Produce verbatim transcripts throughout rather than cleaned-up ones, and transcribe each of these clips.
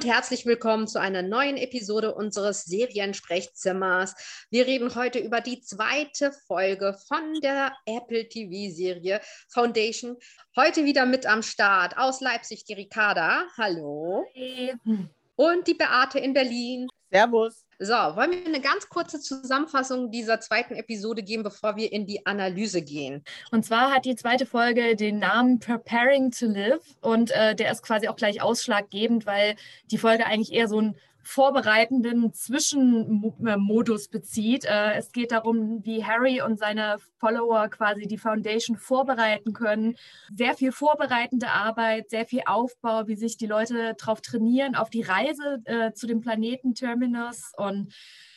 herzlich willkommen zu einer neuen Episode unseres Seriensprechzimmers. Wir reden heute über die zweite Folge von der Apple T V-Serie Foundation. Heute wieder mit am Start aus Leipzig die Ricarda. Hallo. Hey. Und die Beate in Berlin. Servus. So, wollen wir eine ganz kurze Zusammenfassung dieser zweiten Episode geben, bevor wir in die Analyse gehen? Und zwar hat die zweite Folge den Namen Preparing to Live und äh, der ist quasi auch gleich ausschlaggebend, weil die Folge eigentlich eher so einen vorbereitenden Zwischenmodus bezieht. Äh, es geht darum, wie Harry und seine Follower quasi die Foundation vorbereiten können. Sehr viel vorbereitende Arbeit, sehr viel Aufbau, wie sich die Leute darauf trainieren, auf die Reise äh, zu dem Planeten Terminus und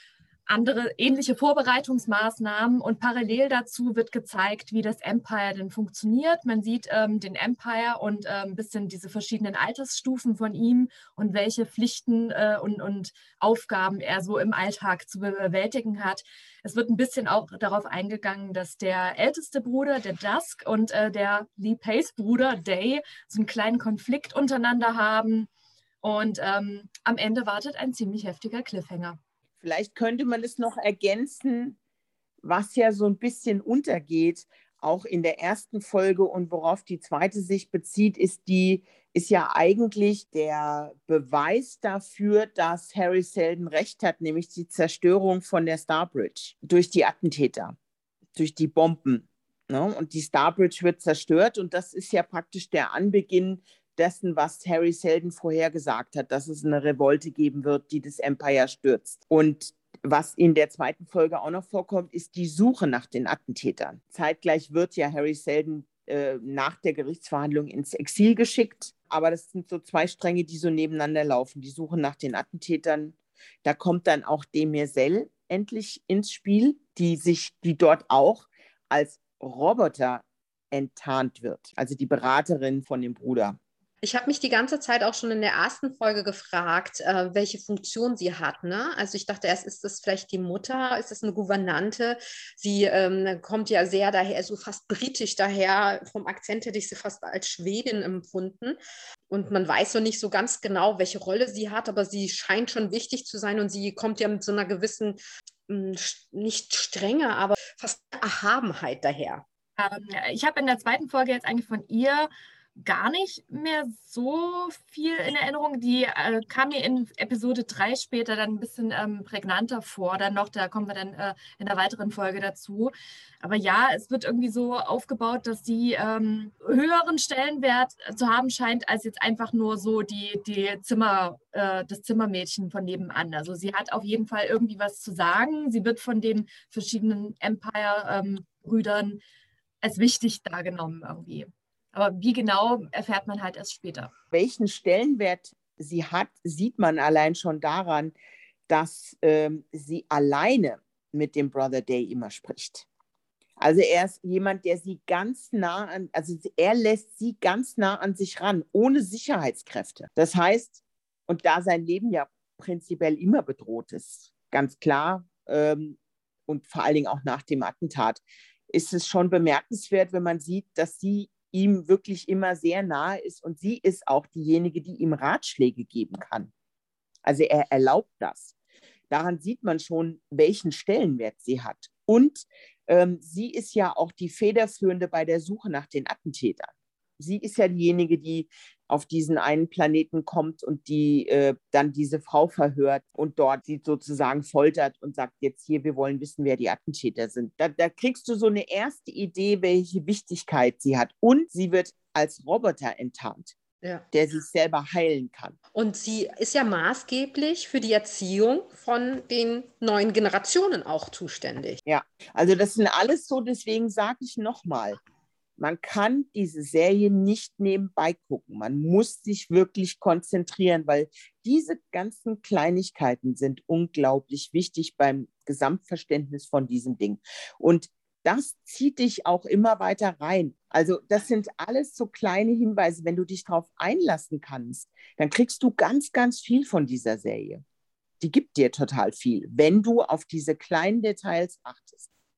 andere ähnliche Vorbereitungsmaßnahmen, und parallel dazu wird gezeigt, wie das Empire denn funktioniert. Man sieht ähm, den Empire und äh, ein bisschen diese verschiedenen Altersstufen von ihm und welche Pflichten äh, und, und Aufgaben er so im Alltag zu bewältigen hat. Es wird ein bisschen auch darauf eingegangen, dass der älteste Bruder, der Dusk, und äh, der Lee Pace Bruder, Day, so einen kleinen Konflikt untereinander haben. Und ähm, am Ende wartet ein ziemlich heftiger Cliffhanger. Vielleicht könnte man es noch ergänzen, was ja so ein bisschen untergeht, auch in der ersten Folge, und worauf die zweite sich bezieht, ist, die, ist ja eigentlich der Beweis dafür, dass Harry Seldon recht hat, nämlich die Zerstörung von der Starbridge durch die Attentäter, durch die Bomben. Ne? Und die Starbridge wird zerstört, und das ist ja praktisch der Anbeginn dessen, was Harry Seldon vorher gesagt hat, dass es eine Revolte geben wird, die das Empire stürzt. Und was in der zweiten Folge auch noch vorkommt, ist die Suche nach den Attentätern. Zeitgleich wird ja Harry Seldon äh, nach der Gerichtsverhandlung ins Exil geschickt, aber das sind so zwei Stränge, die so nebeneinander laufen. Die Suche nach den Attentätern, da kommt dann auch Demirzel endlich ins Spiel, die sich, die dort auch als Roboter enttarnt wird, also die Beraterin von dem Bruder. Ich habe mich die ganze Zeit auch schon in der ersten Folge gefragt, äh, welche Funktion sie hat. Ne? Also ich dachte erst, ist das vielleicht die Mutter, ist das eine Gouvernante? Sie ähm, kommt ja sehr daher, so fast britisch daher. Vom Akzent hätte ich sie fast als Schwedin empfunden. Und man weiß so nicht so ganz genau, welche Rolle sie hat, aber sie scheint schon wichtig zu sein, und sie kommt ja mit so einer gewissen, mh, nicht Strenge, aber fast Erhabenheit daher. Ähm, ich habe in der zweiten Folge jetzt eigentlich von ihr gar nicht mehr so viel in Erinnerung. Die äh, kam mir in Episode drei später dann ein bisschen ähm, prägnanter vor. Dann noch, da kommen wir dann äh, in der weiteren Folge dazu. Aber ja, es wird irgendwie so aufgebaut, dass sie ähm, höheren Stellenwert zu haben scheint, als jetzt einfach nur so die, die Zimmer, äh, das Zimmermädchen von nebenan. Also sie hat auf jeden Fall irgendwie was zu sagen. Sie wird von den verschiedenen Empire-Brüdern ähm, als wichtig dargenommen irgendwie. Aber wie genau, erfährt man halt erst später. Welchen Stellenwert sie hat, sieht man allein schon daran, dass ähm, sie alleine mit dem Brother Day immer spricht. Also er ist jemand, der sie ganz nah an, also er lässt sie ganz nah an sich ran, ohne Sicherheitskräfte. Das heißt, und da sein Leben ja prinzipiell immer bedroht ist, ganz klar, ähm, und vor allen Dingen auch nach dem Attentat, ist es schon bemerkenswert, wenn man sieht, dass sie ihm wirklich immer sehr nahe ist, und sie ist auch diejenige, die ihm Ratschläge geben kann. Also er erlaubt das. Daran sieht man schon, welchen Stellenwert sie hat. Und ähm, sie ist ja auch die Federführende bei der Suche nach den Attentätern. Sie ist ja diejenige, die auf diesen einen Planeten kommt und die äh, dann diese Frau verhört und dort sie sozusagen foltert und sagt, jetzt hier, wir wollen wissen, wer die Attentäter sind. Da, da kriegst du so eine erste Idee, welche Wichtigkeit sie hat. Und sie wird als Roboter enttarnt, ja, der sich selber heilen kann. Und sie ist ja maßgeblich für die Erziehung von den neuen Generationen auch zuständig. Ja, also das sind alles so, deswegen sage ich nochmal, man kann diese Serie nicht nebenbei gucken. Man muss sich wirklich konzentrieren, weil diese ganzen Kleinigkeiten sind unglaublich wichtig beim Gesamtverständnis von diesem Ding. Und das zieht dich auch immer weiter rein. Also das sind alles so kleine Hinweise. Wenn du dich darauf einlassen kannst, dann kriegst du ganz, ganz viel von dieser Serie. Die gibt dir total viel, wenn du auf diese kleinen Details achtest.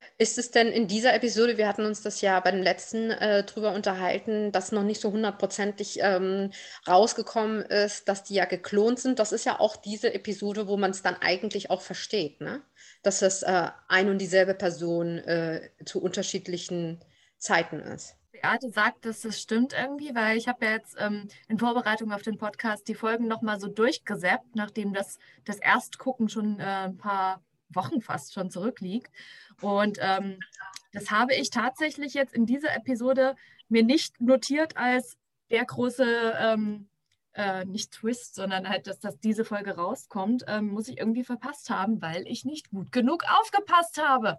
Ist es denn in dieser Episode, wir hatten uns das ja bei den letzten äh, drüber unterhalten, dass noch nicht so hundertprozentig ähm, rausgekommen ist, dass die ja geklont sind. Das ist ja auch diese Episode, wo man es dann eigentlich auch versteht, ne? Dass das äh, ein und dieselbe Person äh, zu unterschiedlichen Zeiten ist. Beate sagt, dass das stimmt irgendwie, weil ich habe ja jetzt ähm, in Vorbereitung auf den Podcast die Folgen nochmal so durchgesäppt, nachdem das, das Erstgucken schon äh, ein paar Wochen fast schon zurückliegt. Und ähm, das habe ich tatsächlich jetzt in dieser Episode mir nicht notiert als der große, ähm, äh, nicht Twist, sondern halt, dass, dass diese Folge rauskommt, ähm, muss ich irgendwie verpasst haben, weil ich nicht gut genug aufgepasst habe.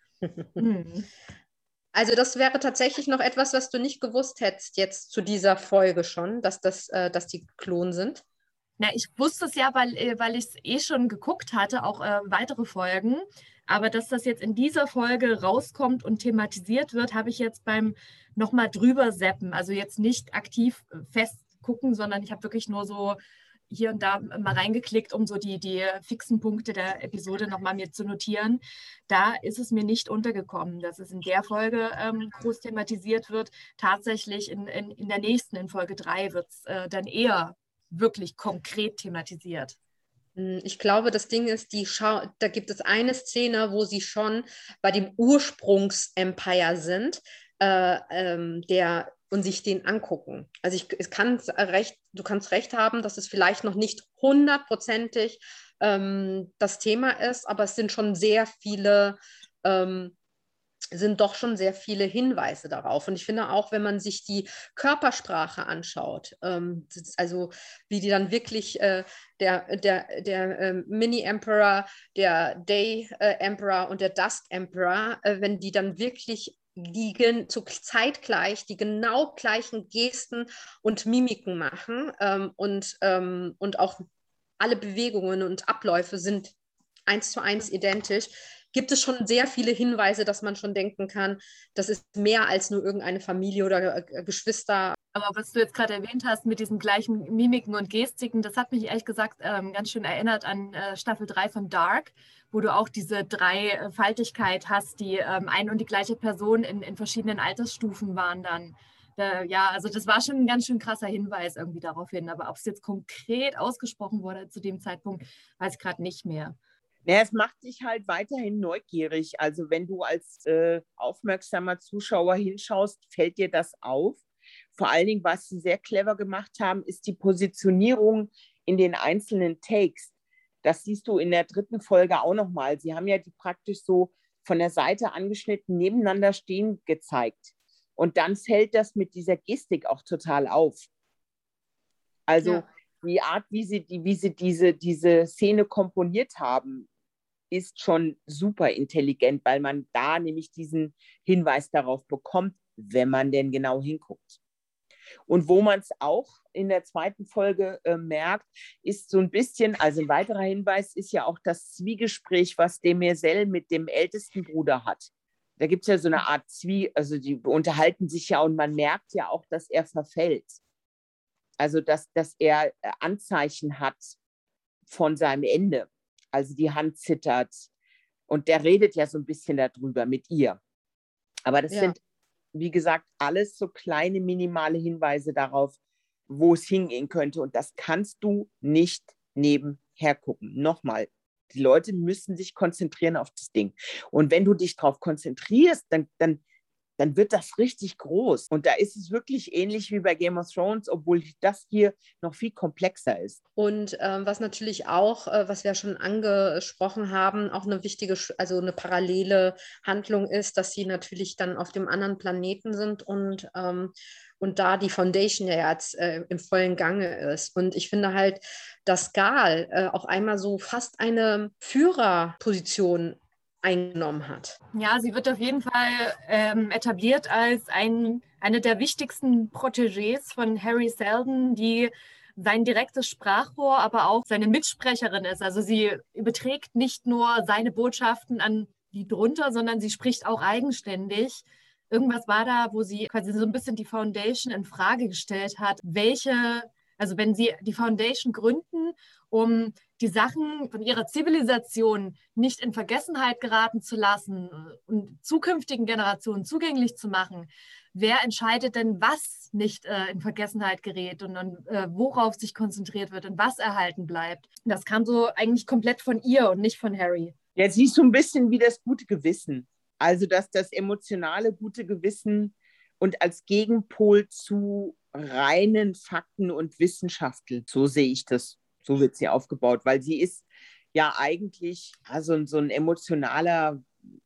Hm. Also das wäre tatsächlich noch etwas, was du nicht gewusst hättest jetzt zu dieser Folge schon, dass das, äh, dass die Klon sind. Na, ich wusste es ja, weil, äh, weil ich es eh schon geguckt hatte, auch äh, weitere Folgen. Aber dass das jetzt in dieser Folge rauskommt und thematisiert wird, habe ich jetzt beim nochmal drüber seppen. Also jetzt nicht aktiv äh, fest gucken, sondern ich habe wirklich nur so hier und da mal reingeklickt, um so die, die fixen Punkte der Episode nochmal mir zu notieren. Da ist es mir nicht untergekommen, dass es in der Folge ähm, groß thematisiert wird. Tatsächlich in, in, in der nächsten, in Folge drei, wird es äh, dann eher wirklich konkret thematisiert. Hm, Ich glaube, das Ding ist, die Schau da gibt es eine Szene, wo sie schon bei dem Ursprungs-Empire sind, äh, ähm, der und sich den angucken. Also ich, es kann recht, du kannst recht haben, dass es vielleicht noch nicht hundertprozentig ähm, das Thema ist, aber es sind schon sehr viele ähm, sind doch schon sehr viele Hinweise darauf. Und ich finde auch, wenn man sich die Körpersprache anschaut, ähm, also wie die dann wirklich äh, der, der, der äh, Mini-Emperor, der Day-Emperor und der Dusk-Emperor, äh, wenn die dann wirklich die zu zeitgleich die genau gleichen Gesten und Mimiken machen ähm, und, ähm, und auch alle Bewegungen und Abläufe sind eins zu eins identisch, gibt es schon sehr viele Hinweise, dass man schon denken kann, das ist mehr als nur irgendeine Familie oder äh, Geschwister. Aber was du jetzt gerade erwähnt hast mit diesen gleichen Mimiken und Gestiken, das hat mich ehrlich gesagt ähm, ganz schön erinnert an äh, Staffel drei von Dark, wo du auch diese Dreifaltigkeit hast, die ähm, ein und die gleiche Person in, in verschiedenen Altersstufen waren dann. Äh, ja, also das war schon ein ganz schön krasser Hinweis irgendwie darauf hin. Aber ob es jetzt konkret ausgesprochen wurde zu dem Zeitpunkt, weiß ich gerade nicht mehr. Ja, es macht dich halt weiterhin neugierig. Also wenn du als äh, aufmerksamer Zuschauer hinschaust, fällt dir das auf. Vor allen Dingen, was sie sehr clever gemacht haben, ist die Positionierung in den einzelnen Takes. Das siehst du in der dritten Folge auch nochmal. Sie haben ja die praktisch so von der Seite angeschnitten nebeneinander stehen gezeigt. Und dann fällt das mit dieser Gestik auch total auf. Also ja. Die Art, wie sie, die, wie sie diese, diese Szene komponiert haben, ist schon super intelligent, weil man da nämlich diesen Hinweis darauf bekommt, wenn man denn genau hinguckt. Und wo man es auch in der zweiten Folge äh, merkt, ist so ein bisschen, also ein weiterer Hinweis ist ja auch das Zwiegespräch, was Demirzel mit dem ältesten Bruder hat. Da gibt es ja so eine Art Zwie, also die unterhalten sich ja und man merkt ja auch, dass er verfällt. Also dass, dass er Anzeichen hat von seinem Ende. Also die Hand zittert und der redet ja so ein bisschen darüber mit ihr. Aber das ja. sind, wie gesagt, alles so kleine, minimale Hinweise darauf, wo es hingehen könnte. Und das kannst du nicht nebenher gucken. Nochmal, die Leute müssen sich konzentrieren auf das Ding. Und wenn du dich darauf konzentrierst, dann, dann, dann wird das richtig groß. Und da ist es wirklich ähnlich wie bei Game of Thrones, obwohl das hier noch viel komplexer ist. Und ähm, was natürlich auch, äh, was wir schon angesprochen haben, auch eine wichtige, also eine parallele Handlung ist, dass sie natürlich dann auf dem anderen Planeten sind und, ähm, und da die Foundation ja jetzt äh, im vollen Gange ist. Und ich finde halt, dass Gal äh, auf einmal so fast eine Führerposition eingenommen hat. Ja, sie wird auf jeden Fall ähm, etabliert als ein, eine der wichtigsten Protégés von Hari Seldon, die sein direktes Sprachrohr, aber auch seine Mitsprecherin ist. Also sie überträgt nicht nur seine Botschaften an die drunter, sondern sie spricht auch eigenständig. Irgendwas war da, wo sie quasi so ein bisschen die Foundation in Frage gestellt hat, welche, also wenn sie die Foundation gründen, um die Sachen von ihrer Zivilisation nicht in Vergessenheit geraten zu lassen und zukünftigen Generationen zugänglich zu machen, wer entscheidet denn, was nicht äh, in Vergessenheit gerät und, und äh, worauf sich konzentriert wird und was erhalten bleibt? Das kam so eigentlich komplett von ihr und nicht von Harry. Jetzt siehst du ein bisschen wie das gute Gewissen. Also, dass das emotionale gute Gewissen und als Gegenpol zu reinen Fakten und Wissenschaften, so sehe ich das, so wird sie aufgebaut, weil sie ist ja eigentlich also so ein emotionaler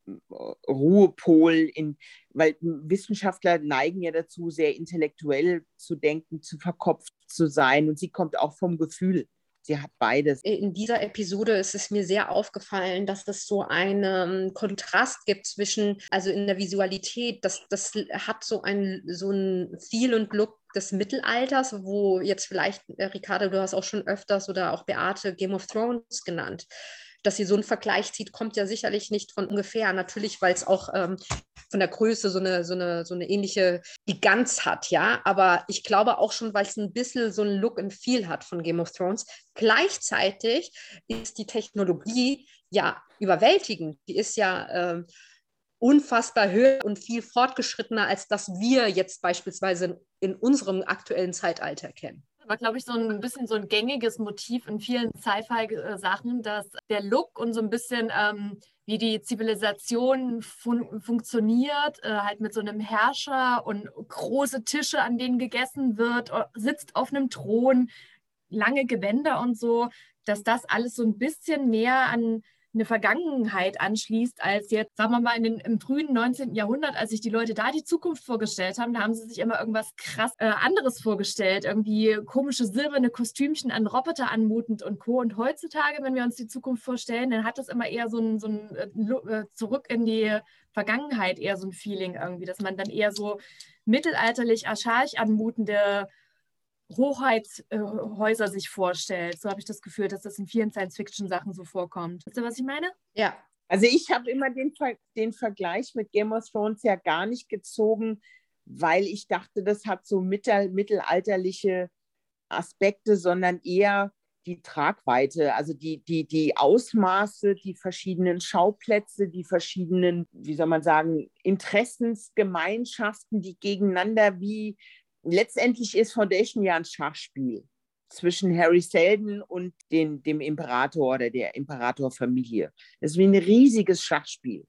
Ruhepol, in, weil Wissenschaftler neigen ja dazu, sehr intellektuell zu denken, zu verkopft zu sein und sie kommt auch vom Gefühl. Sie hat beides. In dieser Episode ist es mir sehr aufgefallen, dass es so einen Kontrast gibt zwischen, also in der Visualität, das, das hat so ein, so ein Feel und Look des Mittelalters, wo jetzt vielleicht, äh, Ricardo, du hast auch schon öfters oder auch Beate Game of Thrones genannt. Dass sie so einen Vergleich zieht, kommt ja sicherlich nicht von ungefähr. Natürlich, weil es auch ähm, von der Größe so eine, so, eine, so eine ähnliche Giganz hat, ja. Aber ich glaube auch schon, weil es ein bisschen so einen Look and Feel hat von Game of Thrones. Gleichzeitig ist die Technologie ja überwältigend. Die ist ja ähm, unfassbar höher und viel fortgeschrittener, als das wir jetzt beispielsweise in, in unserem aktuellen Zeitalter kennen. War, glaube ich, so ein bisschen so ein gängiges Motiv in vielen Sci-Fi-Sachen, dass der Look und so ein bisschen ähm, wie die Zivilisation fun funktioniert, äh, halt mit so einem Herrscher und große Tische, an denen gegessen wird, sitzt auf einem Thron, lange Gewänder und so, dass das alles so ein bisschen mehr an eine Vergangenheit anschließt, als jetzt, sagen wir mal, in den, im frühen neunzehnten. Jahrhundert, als sich die Leute da die Zukunft vorgestellt haben, da haben sie sich immer irgendwas krass äh, anderes vorgestellt, irgendwie komische silberne Kostümchen an Roboter anmutend und Co. Und heutzutage, wenn wir uns die Zukunft vorstellen, dann hat das immer eher so ein, so ein äh, zurück in die Vergangenheit, eher so ein Feeling irgendwie, dass man dann eher so mittelalterlich, archaisch anmutende Hochheitshäuser sich vorstellt. So habe ich das Gefühl, dass das in vielen Science-Fiction-Sachen so vorkommt. Wisst ihr, was ich meine? Ja. Also ich habe immer den, Ver den Vergleich mit Game of Thrones ja gar nicht gezogen, weil ich dachte, das hat so mittel mittelalterliche Aspekte, sondern eher die Tragweite, also die, die, die Ausmaße, die verschiedenen Schauplätze, die verschiedenen, wie soll man sagen, Interessensgemeinschaften, die gegeneinander wie letztendlich ist Foundation ja ein Schachspiel zwischen Harry Seldon und den, dem Imperator oder der Imperatorfamilie. Das ist wie ein riesiges Schachspiel,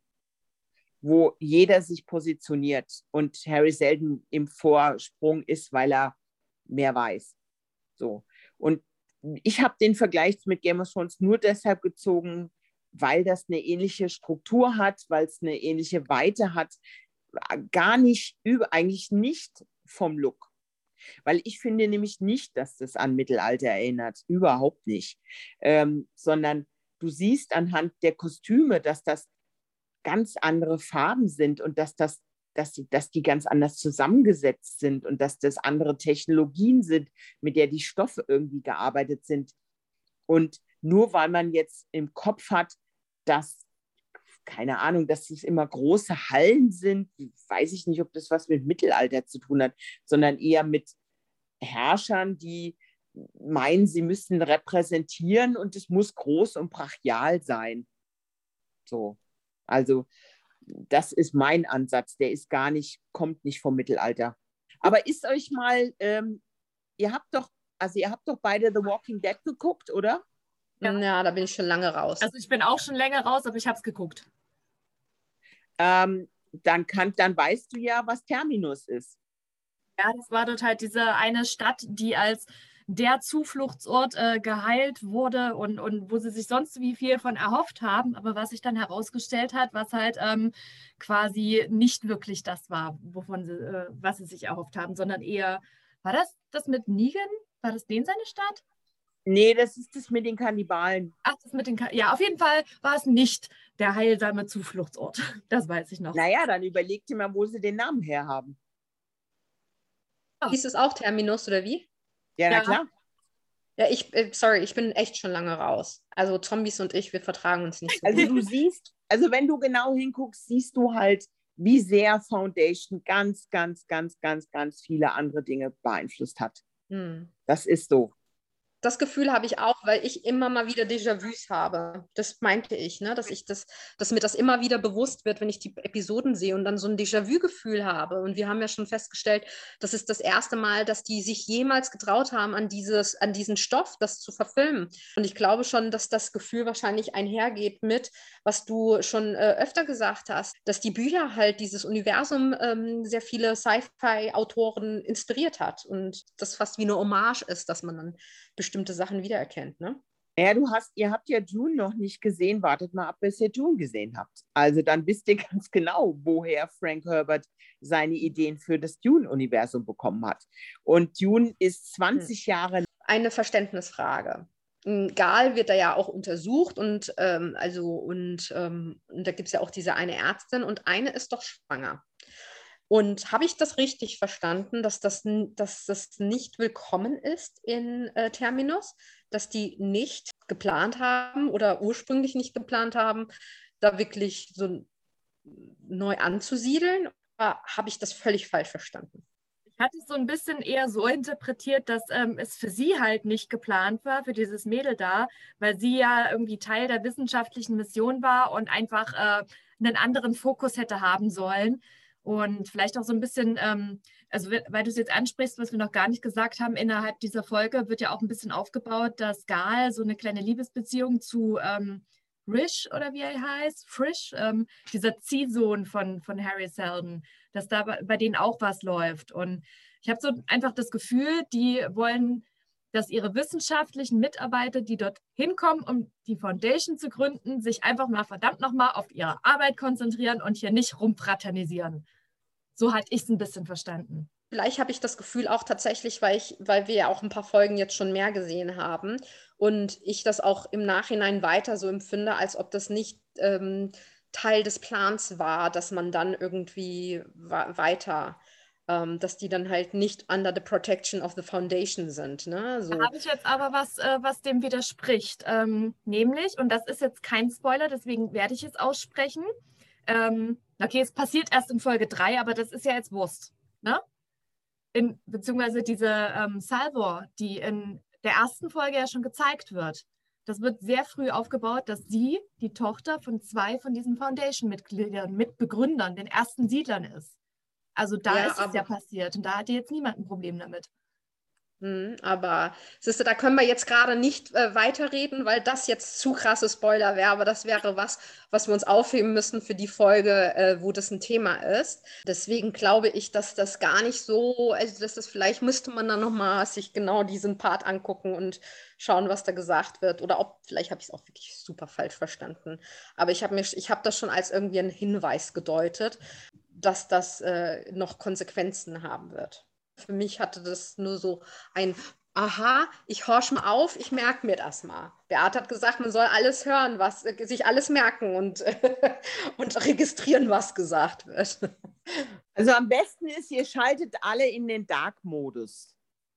wo jeder sich positioniert und Harry Seldon im Vorsprung ist, weil er mehr weiß. So. Und ich habe den Vergleich mit Game of Thrones nur deshalb gezogen, weil das eine ähnliche Struktur hat, weil es eine ähnliche Weite hat, gar nicht, eigentlich nicht vom Look. Weil ich finde nämlich nicht, dass das an Mittelalter erinnert, überhaupt nicht, ähm, sondern du siehst anhand der Kostüme, dass das ganz andere Farben sind und dass, das, dass, die, dass die ganz anders zusammengesetzt sind und dass das andere Technologien sind, mit der die Stoffe irgendwie gearbeitet sind. Und nur weil man jetzt im Kopf hat, dass keine Ahnung, dass es immer große Hallen sind, weiß ich nicht, ob das was mit Mittelalter zu tun hat, sondern eher mit Herrschern, die meinen, sie müssen repräsentieren und es muss groß und brachial sein. So, also das ist mein Ansatz, der ist gar nicht, kommt nicht vom Mittelalter. Aber ist euch mal, ähm, ihr habt doch, also ihr habt doch beide The Walking Dead geguckt, oder? Ja. Ja, da bin ich schon lange raus. Also ich bin auch schon länger raus, aber ich habe es geguckt. Ähm, dann, kann, dann weißt du ja, was Terminus ist. Ja, das war dort halt diese eine Stadt, die als der Zufluchtsort äh, geheilt wurde und, und wo sie sich sonst wie viel von erhofft haben, aber was sich dann herausgestellt hat, was halt ähm, quasi nicht wirklich das war, wovon sie, äh, was sie sich erhofft haben, sondern eher, war das das mit Negan? War das den seine Stadt? Nee, das ist das mit den Kannibalen. Ach, das mit den Ka ja, auf jeden Fall war es nicht der heilsame Zufluchtsort. Das weiß ich noch. Naja, dann überleg dir mal, wo sie den Namen herhaben. Hieß es auch Terminus oder wie? Ja, na Ja. klar. Ja, ich, äh, sorry, ich bin echt schon lange raus. Also Zombies und ich, wir vertragen uns nicht so Also gut. du siehst, also wenn du genau hinguckst, siehst du halt, wie sehr Foundation ganz, ganz, ganz, ganz, ganz viele andere Dinge beeinflusst hat. Hm. Das ist so. Das Gefühl habe ich auch, weil ich immer mal wieder Déjà-vus habe. Das meinte ich, ne? Dass ich das, dass mir das immer wieder bewusst wird, wenn ich die Episoden sehe und dann so ein Déjà-vu-Gefühl habe. Und wir haben ja schon festgestellt, das ist das erste Mal, dass die sich jemals getraut haben, an dieses, an diesen Stoff, das zu verfilmen. Und ich glaube schon, dass das Gefühl wahrscheinlich einhergeht mit, was du schon äh, öfter gesagt hast, dass die Bücher halt dieses Universum ähm, sehr viele Sci-Fi-Autoren inspiriert hat und das fast wie eine Hommage ist, dass man dann bestimmte Sachen wiedererkennt, ne? Ja, du hast, ihr habt ja Dune noch nicht gesehen. Wartet mal ab, bis ihr Dune gesehen habt. Also dann wisst ihr ganz genau, woher Frank Herbert seine Ideen für das Dune-Universum bekommen hat. Und Dune ist zwanzig hm. Jahre... Eine Verständnisfrage. Gal wird da ja auch untersucht und ähm, also und, ähm, und da gibt es ja auch diese eine Ärztin und eine ist doch schwanger. Und habe ich das richtig verstanden, dass das, dass das nicht willkommen ist in äh, Terminus, dass die nicht geplant haben oder ursprünglich nicht geplant haben, da wirklich so neu anzusiedeln? Oder habe ich das völlig falsch verstanden? Ich hatte es so ein bisschen eher so interpretiert, dass ähm, es für sie halt nicht geplant war, für dieses Mädel da, weil sie ja irgendwie Teil der wissenschaftlichen Mission war und einfach äh, einen anderen Fokus hätte haben sollen. Und vielleicht auch so ein bisschen, ähm, also weil du es jetzt ansprichst, was wir noch gar nicht gesagt haben, innerhalb dieser Folge wird ja auch ein bisschen aufgebaut, dass Gal so eine kleine Liebesbeziehung zu ähm, Rish oder wie er heißt, Frisch, ähm, dieser Ziehsohn von, von Harry Seldon, dass da bei, bei denen auch was läuft. Und ich habe so einfach das Gefühl, die wollen, dass ihre wissenschaftlichen Mitarbeiter, die dort hinkommen, um die Foundation zu gründen, sich einfach mal verdammt nochmal auf ihre Arbeit konzentrieren und hier nicht rumfraternisieren. So hatte ich es ein bisschen verstanden. Vielleicht habe ich das Gefühl auch tatsächlich, weil, ich, weil wir ja auch ein paar Folgen jetzt schon mehr gesehen haben und ich das auch im Nachhinein weiter so empfinde, als ob das nicht ähm, Teil des Plans war, dass man dann irgendwie weiter, ähm, dass die dann halt nicht under the protection of the foundation sind. Ne? So. Da habe ich jetzt aber was, äh, was dem widerspricht. Ähm, nämlich, und das ist jetzt kein Spoiler, deswegen werde ich es aussprechen. Ähm, okay, es passiert erst in Folge drei, aber das ist ja jetzt Wurst. Ne? In, beziehungsweise diese ähm, Salvor, die in der ersten Folge ja schon gezeigt wird. Das wird sehr früh aufgebaut, dass sie die Tochter von zwei von diesen Foundation-Mitgliedern, Mitbegründern, den ersten Siedlern ist. Also da ja, ist es ja passiert und da hatte jetzt niemand ein Problem damit. Hm, aber siehst du, da können wir jetzt gerade nicht äh, weiterreden, weil das jetzt zu krasse Spoiler wäre, aber das wäre was, was wir uns aufheben müssen für die Folge, äh, wo das ein Thema ist. Deswegen glaube ich, dass das gar nicht so, also dass das vielleicht müsste man dann nochmal sich genau diesen Part angucken und schauen, was da gesagt wird. Oder ob, vielleicht habe ich es auch wirklich super falsch verstanden. Aber ich habe mir, ich habe das schon als irgendwie einen Hinweis gedeutet, dass das äh, noch Konsequenzen haben wird. Für mich hatte das nur so ein, aha, ich horche mal auf, ich merke mir das mal. Beate hat gesagt, man soll alles hören, was, sich alles merken und, und registrieren, was gesagt wird. Also am besten ist, ihr schaltet alle in den Dark-Modus.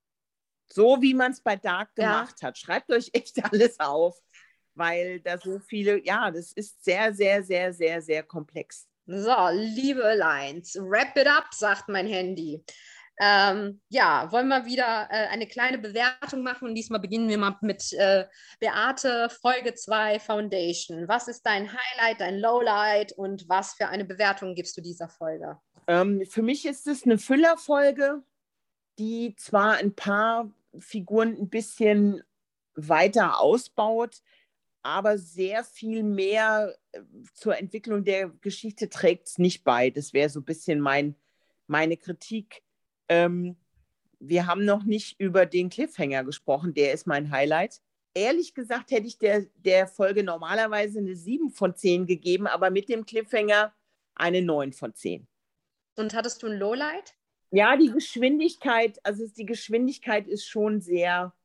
So wie man es bei Dark gemacht ja. hat. Schreibt euch echt alles auf, weil da so viele, ja, das ist sehr, sehr, sehr, sehr, sehr komplex. So, liebe Lines, wrap it up, sagt mein Handy. Ähm, ja, wollen wir wieder äh, eine kleine Bewertung machen und diesmal beginnen wir mal mit äh, Beate, Folge zwei, Foundation. Was ist dein Highlight, dein Lowlight und was für eine Bewertung gibst du dieser Folge? Ähm, für mich ist es eine Füllerfolge, die zwar ein paar Figuren ein bisschen weiter ausbaut, aber sehr viel mehr zur Entwicklung der Geschichte trägt es nicht bei. Das wäre so ein bisschen mein, meine Kritik. Ähm, wir haben noch nicht über den Cliffhanger gesprochen, der ist mein Highlight. Ehrlich gesagt hätte ich der, der Folge normalerweise eine sieben von zehn gegeben, aber mit dem Cliffhanger eine neun von zehn. Und hattest du ein Lowlight? Ja, die Geschwindigkeit, also die Geschwindigkeit ist schon sehr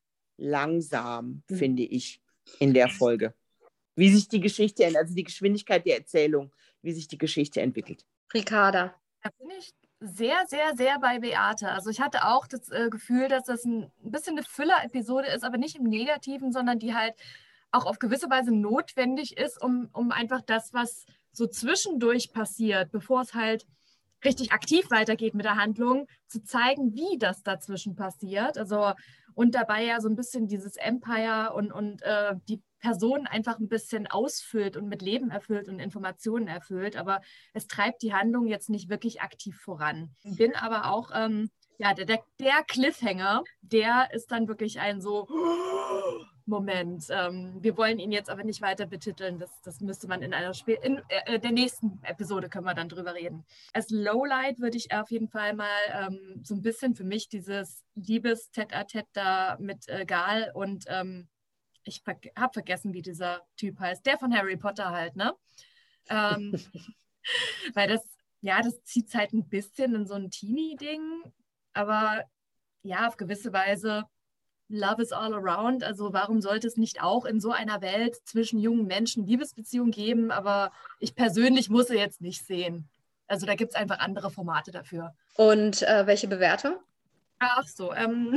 langsam, mhm. finde ich, in der Folge. Wie sich die Geschichte, also die Geschwindigkeit der Erzählung, wie sich die Geschichte entwickelt. Ricarda. Da bin ich sehr, sehr, sehr bei Beate. Also ich hatte auch das äh, Gefühl, dass das ein bisschen eine Füller-Episode ist, aber nicht im Negativen, sondern die halt auch auf gewisse Weise notwendig ist, um, um einfach das, was so zwischendurch passiert, bevor es halt richtig aktiv weitergeht mit der Handlung, zu zeigen, wie das dazwischen passiert. Also und dabei ja so ein bisschen dieses Empire und, und äh, die Person einfach ein bisschen ausfüllt und mit Leben erfüllt und Informationen erfüllt. Aber es treibt die Handlung jetzt nicht wirklich aktiv voran. Bin aber auch, ähm, ja, der, der, der Cliffhanger, der ist dann wirklich ein so Moment. Ähm, wir wollen ihn jetzt aber nicht weiter betiteln. Das, das müsste man in einer Spiel in äh, der nächsten Episode können wir dann drüber reden. Als Lowlight würde ich auf jeden Fall mal ähm, so ein bisschen für mich dieses Liebes-Tête-à-Tête da mit äh, Gal und ähm, ich ver habe vergessen, wie dieser Typ heißt. Der von Harry Potter halt, ne? Ähm, weil das, ja, das zieht halt ein bisschen in so ein Teenie-Ding, aber ja, auf gewisse Weise Love is all around. Also warum sollte es nicht auch in so einer Welt zwischen jungen Menschen Liebesbeziehungen geben? Aber ich persönlich muss sie jetzt nicht sehen. Also da gibt es einfach andere Formate dafür. Und äh, welche Bewertung? Ach so, ähm,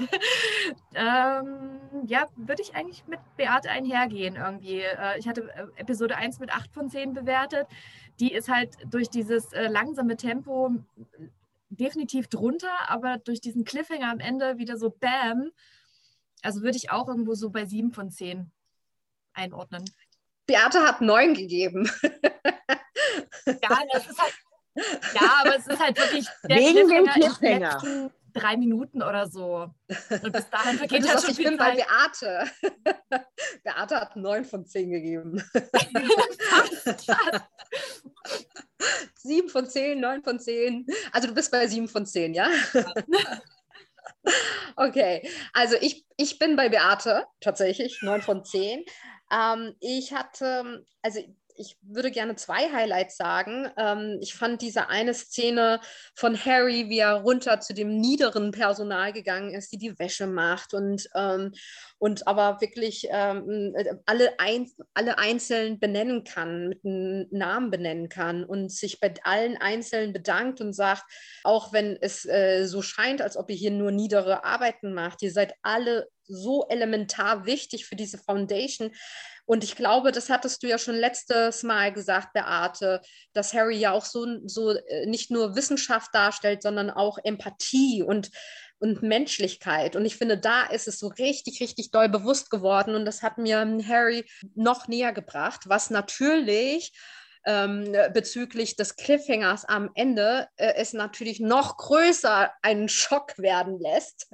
ähm, ja, würde ich eigentlich mit Beate einhergehen irgendwie. Äh, ich hatte äh, Episode eins mit acht von zehn bewertet. Die ist halt durch dieses äh, langsame Tempo definitiv drunter, aber durch diesen Cliffhanger am Ende wieder so Bam. Also würde ich auch irgendwo so bei sieben von zehn einordnen. Beate hat neun gegeben. Ja, das ist halt, ja, aber es ist halt wirklich der Wegen dem Cliffhanger, Cliffhanger. in den letzten drei Minuten oder so. Und bis dahin vergeht Du halt sagst, schon ich viel bin Zeit. bei Beate. Beate hat neun von zehn gegeben. Fast, fast. sieben von zehn, neun von zehn. Also du bist bei sieben von zehn, ja? Okay, also ich, ich bin bei Beate tatsächlich, neun von zehn. Ähm, ich hatte, also ich würde gerne zwei Highlights sagen. Ähm, ich fand diese eine Szene von Harry, wie er runter zu dem niederen Personal gegangen ist, die die Wäsche macht und, ähm, und aber wirklich ähm, alle, ein, alle einzeln benennen kann, mit einem Namen benennen kann und sich bei allen einzeln bedankt und sagt, auch wenn es äh, so scheint, als ob ihr hier nur niedere Arbeiten macht, ihr seid alle so elementar wichtig für diese Foundation. Und ich glaube, das hattest du ja schon letztes Mal gesagt, Beate, dass Harry ja auch so, so äh, nicht nur Wissenschaft darstellt, sondern auch Empathie und, und Menschlichkeit. Und ich finde, da ist es so richtig, richtig doll bewusst geworden. Und das hat mir Harry noch näher gebracht, was natürlich ähm, bezüglich des Cliffhangers am Ende äh, es natürlich noch größer einen Schock werden lässt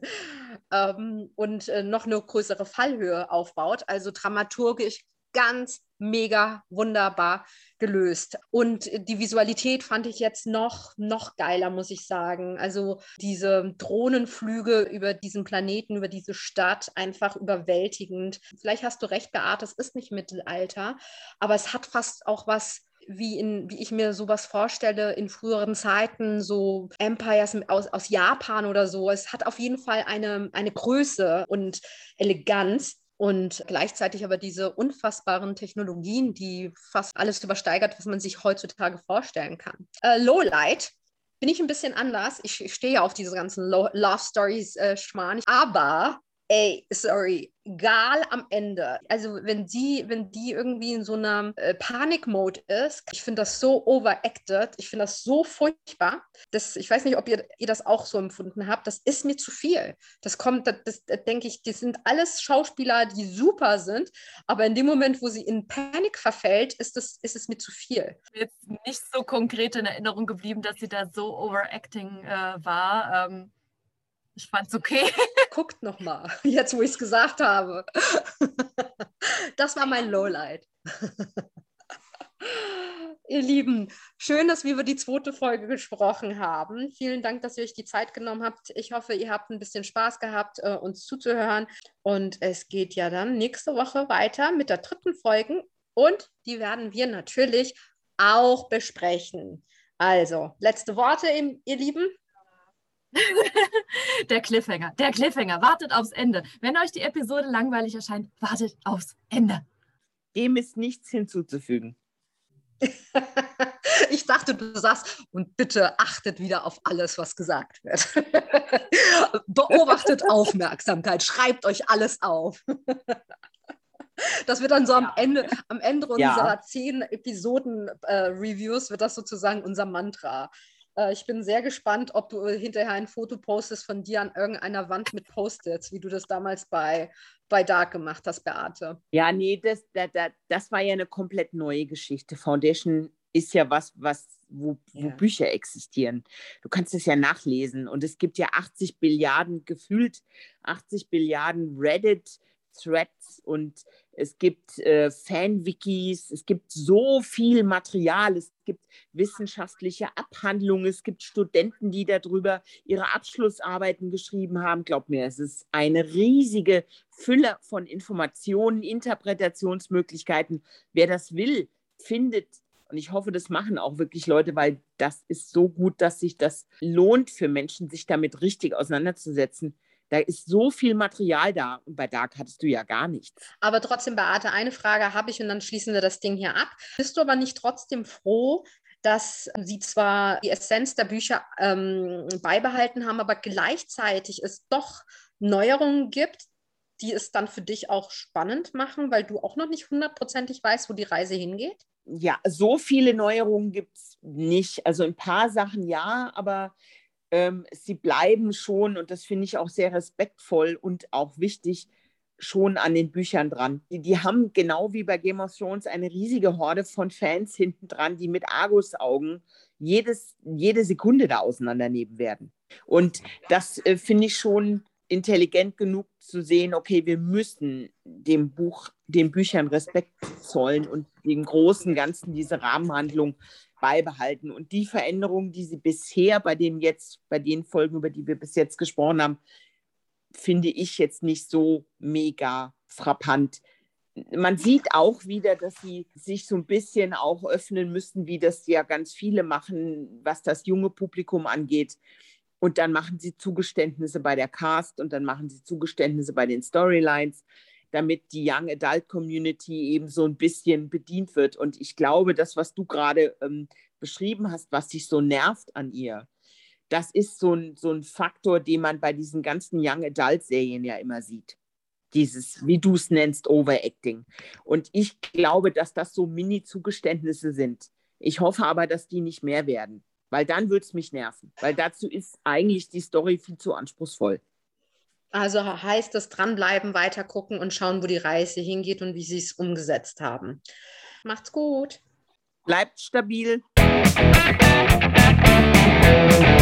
ähm, und äh, noch eine größere Fallhöhe aufbaut. Also dramaturgisch ganz mega wunderbar gelöst. Und die Visualität fand ich jetzt noch, noch geiler, muss ich sagen. Also diese Drohnenflüge über diesen Planeten, über diese Stadt, einfach überwältigend. Vielleicht hast du recht, Beate, es ist nicht Mittelalter, aber es hat fast auch was wie, in, wie ich mir sowas vorstelle in früheren Zeiten, so Empires aus, aus Japan oder so. Es hat auf jeden Fall eine, eine Größe und Eleganz und gleichzeitig aber diese unfassbaren Technologien, die fast alles übersteigert, was man sich heutzutage vorstellen kann. Äh, Lowlight bin ich ein bisschen anders. Ich, ich stehe ja auf diese ganzen Lo- Love Stories äh, Schmarrn, aber ey, sorry, Gal am Ende. Also wenn die, wenn die irgendwie in so einer äh, Panik-Mode ist, ich finde das so overacted, ich finde das so furchtbar. Das, ich weiß nicht, ob ihr, ihr das auch so empfunden habt, das ist mir zu viel. Das kommt, das, das, das denke ich, das sind alles Schauspieler, die super sind, aber in dem Moment, wo sie in Panik verfällt, ist, das, ist es mir zu viel. Jetzt nicht so konkret in Erinnerung geblieben, dass sie da so overacting äh, war. Ähm, ich fand's okay. Guckt noch mal, jetzt wo ich es gesagt habe. Das war mein Lowlight. Ihr Lieben, schön, dass wir über die zweite Folge gesprochen haben. Vielen Dank, dass ihr euch die Zeit genommen habt. Ich hoffe, ihr habt ein bisschen Spaß gehabt, äh, uns zuzuhören. Und es geht ja dann nächste Woche weiter mit der dritten Folge. Und die werden wir natürlich auch besprechen. Also, letzte Worte, ihr Lieben. Der Cliffhanger, der Cliffhanger, wartet aufs Ende. Wenn euch die Episode langweilig erscheint, wartet aufs Ende. Dem ist nichts hinzuzufügen. Ich dachte, du sagst, und bitte achtet wieder auf alles, was gesagt wird. Beobachtet Aufmerksamkeit, schreibt euch alles auf. Das wird dann so am Ja. Ende, am Ende Ja. unserer zehn Episoden-Reviews, äh, wird das sozusagen unser Mantra. Äh, ich bin sehr gespannt, ob du hinterher ein Foto postest von dir an irgendeiner Wand mit Post-its, wie du das damals bei, bei Dark gemacht hast, Beate. Ja, nee, das, das, das war ja eine komplett neue Geschichte. Foundation ist ja was, was wo, wo Ja. Bücher existieren. Du kannst es ja nachlesen. Und es gibt ja achtzig Billiarden, gefühlt achtzig Billiarden Reddit-Threads und es gibt äh, Fan-Wikis, es gibt so viel Material, es gibt wissenschaftliche Abhandlungen, es gibt Studenten, die darüber ihre Abschlussarbeiten geschrieben haben. Glaub mir, es ist eine riesige Fülle von Informationen, Interpretationsmöglichkeiten. Wer das will, findet. Und ich hoffe, das machen auch wirklich Leute, weil das ist so gut, dass sich das lohnt für Menschen, sich damit richtig auseinanderzusetzen. Da ist so viel Material da und bei Dark hattest du ja gar nichts. Aber trotzdem, Beate, eine Frage habe ich und dann schließen wir das Ding hier ab. Bist du aber nicht trotzdem froh, dass sie zwar die Essenz der Bücher ähm, beibehalten haben, aber gleichzeitig es doch Neuerungen gibt, die es dann für dich auch spannend machen, weil du auch noch nicht hundertprozentig weißt, wo die Reise hingeht? Ja, so viele Neuerungen gibt es nicht. Also ein paar Sachen ja, aber ähm, sie bleiben schon, und das finde ich auch sehr respektvoll und auch wichtig, schon an den Büchern dran. Die, die haben genau wie bei Game of Thrones eine riesige Horde von Fans hinten dran, die mit Argusaugen jedes, jede Sekunde da auseinandernehmen werden. Und das äh, finde ich schon intelligent genug zu sehen, okay, wir müssen dem Buch, den Büchern Respekt zollen und dem großen Ganzen diese Rahmenhandlung beibehalten. Und die Veränderungen, die sie bisher bei den jetzt, bei den Folgen, über die wir bis jetzt gesprochen haben, finde ich jetzt nicht so mega frappant. Man sieht auch wieder, dass sie sich so ein bisschen auch öffnen müssen, wie das ja ganz viele machen, was das junge Publikum angeht. Und dann machen sie Zugeständnisse bei der Cast und dann machen sie Zugeständnisse bei den Storylines, damit die Young Adult Community eben so ein bisschen bedient wird. Und ich glaube, das, was du gerade ähm, beschrieben hast, was dich so nervt an ihr, das ist so ein, so ein Faktor, den man bei diesen ganzen Young Adult Serien ja immer sieht. Dieses, wie du es nennst, Overacting. Und ich glaube, dass das so Mini-Zugeständnisse sind. Ich hoffe aber, dass die nicht mehr werden. Weil dann würde es mich nerven. Weil dazu ist eigentlich die Story viel zu anspruchsvoll. Also heißt das dranbleiben, weiter gucken und schauen, wo die Reise hingeht und wie sie es umgesetzt haben. Macht's gut. Bleibt stabil.